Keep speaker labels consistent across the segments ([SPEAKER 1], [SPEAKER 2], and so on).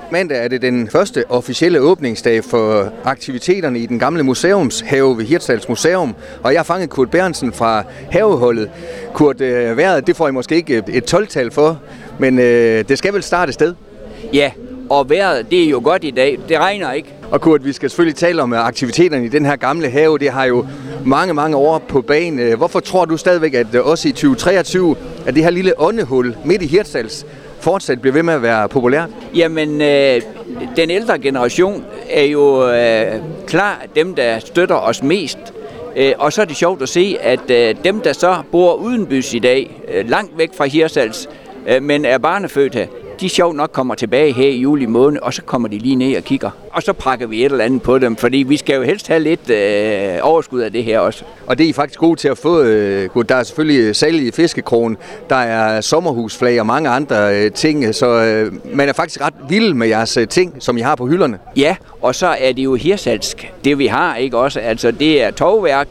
[SPEAKER 1] Mandag er det den første officielle åbningsdag for aktiviteterne i den gamle museumshave ved Hirtshals Museum, og jeg har fanget Kurt Bærentsen fra haveholdet. Kurt, vejret, det får I måske ikke et 12-tal for, men det skal vel starte et sted?
[SPEAKER 2] Ja, og vejret, det er jo godt i dag. Det regner ikke.
[SPEAKER 1] Og Kurt, vi skal selvfølgelig tale om aktiviteterne i den her gamle have. Det har jo mange år på banen. Hvorfor tror du stadigvæk, at også i 2023, at det her lille åndehul midt i Hirtshals fortsat bliver ved med at være populært?
[SPEAKER 2] Jamen, den ældre generation er jo klar dem, der støtter os mest. Og så er det sjovt at se, at dem, der så bor udenbys i dag, langt væk fra Hirtshals, men er barnefødt her, de sjovt nok kommer tilbage her i juli måned, og så kommer de lige ned og kigger. Og så pakker vi et eller andet på dem, fordi vi skal jo helst have lidt overskud af det her også.
[SPEAKER 1] Og det er I faktisk gode til at få. Der er selvfølgelig salg i fiskekrogen, der er sommerhusflag og mange andre ting, så man er faktisk ret vild med jeres ting, som I har på hylderne.
[SPEAKER 2] Ja, og så er det jo hirsalsk, det vi har, ikke også? Altså det er tovværk,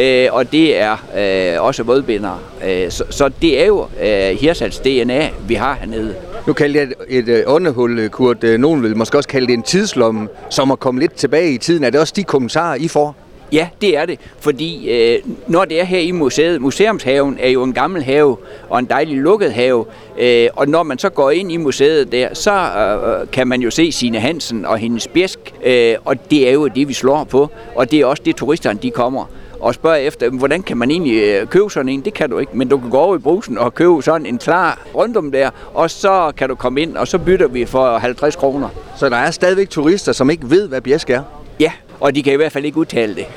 [SPEAKER 2] og det er også vådbindere. Så det er jo Hirtshals DNA, vi har hernede.
[SPEAKER 1] Nu kalder jeg et åndehul, Kurt. Nogen vil måske også kalde det en tidslomme, som er kommet lidt tilbage i tiden. Er det også de kommentarer, I får?
[SPEAKER 2] Ja, det er det, fordi når det er her i museet, museumshaven er jo en gammel have og en dejlig lukket have, og når man så går ind i museet der, så kan man jo se Signe Hansen og hendes bjæsk, og det er jo det, vi slår på, og det er også det, turisterne de kommer og spørger efter, hvordan kan man egentlig købe sådan en? Det kan du ikke, men du kan gå over i Brugsen og købe sådan en klar rundum der, og så kan du komme ind, og så bytter vi for 50 kroner.
[SPEAKER 1] Så der er stadigvæk turister, som ikke ved, hvad bjæsk er?
[SPEAKER 2] Ja, og de kan i hvert fald ikke udtale det.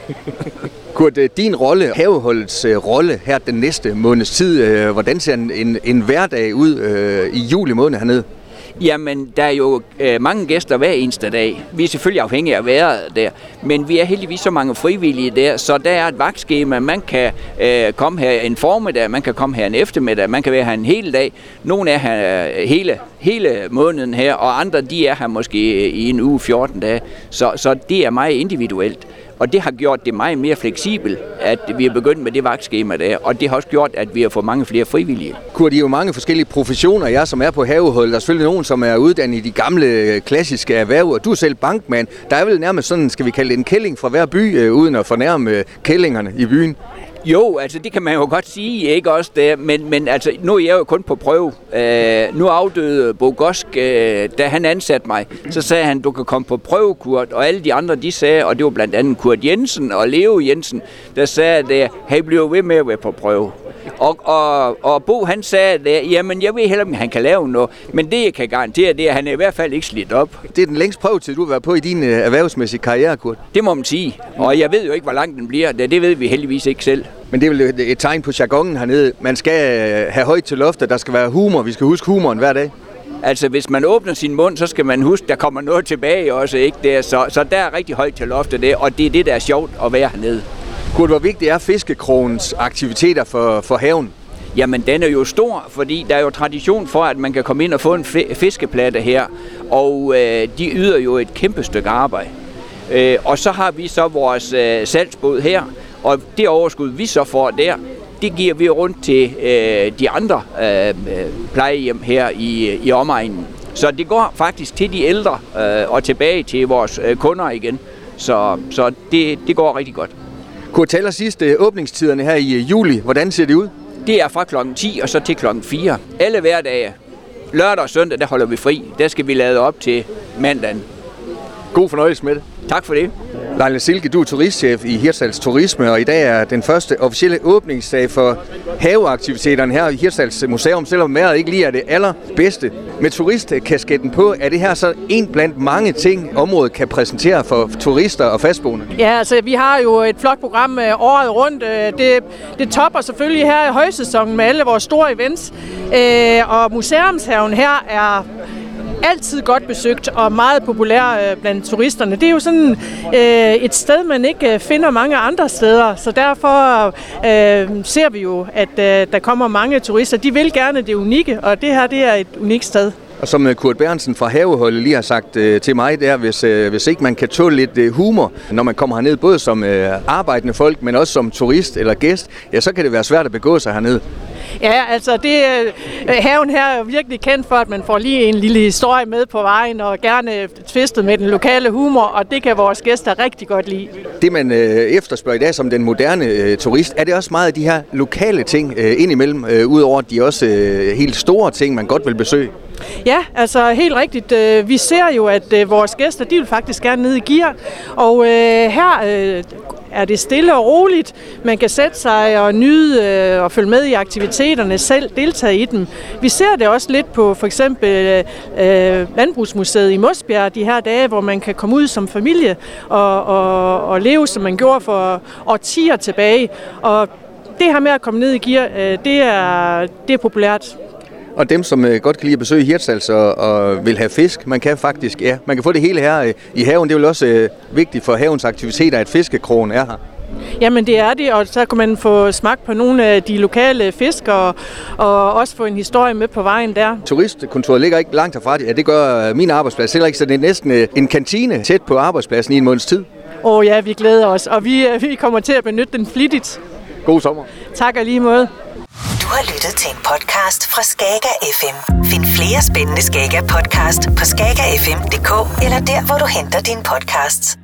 [SPEAKER 1] Kurt, din rolle, haveholdets rolle her den næste måneds tid, hvordan ser en hverdag ud i juli måned hernede?
[SPEAKER 2] Jamen, der er jo mange gæster hver eneste dag. Vi er selvfølgelig afhængige af vejret der, men vi er heldigvis så mange frivillige der, så der er et vagtskema. Man kan komme her en formiddag, man kan komme her en eftermiddag, man kan være her en hel dag. Nogle er her hele måneden her, og andre de er her måske i en uge, 14 dage. Så det er meget individuelt. Og det har gjort det meget mere fleksibelt, at vi er begyndt med det vagtskema der, og det har også gjort, at vi har fået mange flere frivillige.
[SPEAKER 1] Kurt, I er jo mange forskellige professioner, som er på haveholdet. Der er selvfølgelig nogen, som er uddannet i de gamle klassiske erhverv, og du er selv bankmand. Der er vel nærmest sådan, skal vi kalde det en kælling fra hver by, uden at fornærme kællingerne i byen?
[SPEAKER 2] Jo, altså det kan man jo godt sige, ikke også det, men altså nu er jeg jo kun på prøve. Nu afdøde Bo Gosk, da han ansatte mig, så sagde han, du kan komme på prøve, Kurt, og alle de andre, de sagde, og det var blandt andet Kurt Jensen og Leo Jensen, der sagde det, hey, bliver ved med at være på prøve. Og Bo han sagde det, jamen jeg ved heller ikke, han kan lave noget, men det jeg kan garantere, det er, at han er i hvert fald ikke slidt op.
[SPEAKER 1] Det er den længst prøvetid, du har været på i din erhvervsmæssige karriere, Kurt.
[SPEAKER 2] Det må man sige, og jeg ved jo ikke, hvor lang den bliver, det ved vi heldigvis ikke selv.
[SPEAKER 1] Men det er vel et tegn på jargonen hernede. Man skal have højt til loftet, der skal være humor, vi skal huske humoren hver dag.
[SPEAKER 2] Altså, hvis man åbner sin mund, så skal man huske, der kommer noget tilbage også, ikke der, så der er rigtig højt til loftet der, og det er det, der er sjovt at være hernede.
[SPEAKER 1] Kurt, hvor vigtigt er fiskekrogens aktiviteter for haven?
[SPEAKER 2] Jamen, den er jo stor, fordi der er jo tradition for, at man kan komme ind og få en fiskeplatte her, og de yder jo et kæmpe stykke arbejde. Og så har vi så vores salgsbåd her, og det overskud, vi så får der, det giver vi rundt til de andre plejehjem her i omegnen. Så det går faktisk til de ældre og tilbage til vores kunder igen. Så det går rigtig godt.
[SPEAKER 1] Kurt, til allersidst åbningstiderne her i juli. Hvordan ser det ud?
[SPEAKER 2] Det er fra klokken 10 og så til klokken 4. Alle hverdage. Lørdag og søndag, der holder vi fri. Der skal vi lade op til mandagen.
[SPEAKER 1] God fornøjelse med det.
[SPEAKER 2] Tak for det.
[SPEAKER 1] Leila Silke, du er turistchef i Hirtshals Turisme, og i dag er den første officielle åbningsdag for haveaktiviteterne her i Hirtshals Museum, selvom vejret ikke lige er det allerbedste. Med turistkasketten på, er det her så en blandt mange ting, området kan præsentere for turister og fastboende?
[SPEAKER 3] Ja, altså vi har jo et flot program året rundt. Det topper selvfølgelig her i højsæsonen med alle vores store events, og museumshaven her er altid godt besøgt og meget populær blandt turisterne. Det er jo sådan et sted, man ikke finder mange andre steder, så derfor ser vi jo, at der kommer mange turister. De vil gerne det unikke, og det her det er et unikt sted.
[SPEAKER 1] Og som Kurt Bærentsen fra Haveholdet lige har sagt til mig, det er, hvis ikke man kan tåle lidt humor, når man kommer herned, både som arbejdende folk, men også som turist eller gæst, ja, så kan det være svært at begå sig hernede.
[SPEAKER 3] Ja, altså haven her er virkelig kendt for, at man får lige en lille historie med på vejen, og gerne tvistet med den lokale humor, og det kan vores gæster rigtig godt lide.
[SPEAKER 1] Det man efterspørger i dag som den moderne turist, er det også meget af de her lokale ting indimellem, udover de også helt store ting, man godt vil besøge?
[SPEAKER 3] Ja, altså helt rigtigt. Vi ser jo, at vores gæster, de vil faktisk gerne ned i gear, og her er det stille og roligt. Man kan sætte sig og nyde og følge med i aktiviteterne, selv deltage i dem. Vi ser det også lidt på for eksempel Landbrugsmuseet i Mosbjerg de her dage, hvor man kan komme ud som familie og leve, som man gjorde for årtier tilbage. Og det her med at komme ned i gear, det er populært.
[SPEAKER 1] Og dem, som godt kan lide at besøge Hirtshals og vil have fisk, man kan få det hele her i haven. Det er vel også vigtigt for havens aktiviteter, at fiskekrogen er her.
[SPEAKER 3] Jamen det er det, og så kan man få smagt på nogle af de lokale fisk og også få en historie med på vejen der.
[SPEAKER 1] Turistkontoret ligger ikke langt herfra. Ja, det gør min arbejdsplads heller ikke, så det er næsten en kantine tæt på arbejdspladsen i en måneds tid.
[SPEAKER 3] Ja, vi glæder os, og vi kommer til at benytte den flittigt.
[SPEAKER 1] God sommer.
[SPEAKER 3] Tak og lige måde.
[SPEAKER 4] Du har lyttet til en podcast fra Skager FM. Find flere spændende Skager podcast på skagerfm.dk eller der, hvor du henter dine podcasts.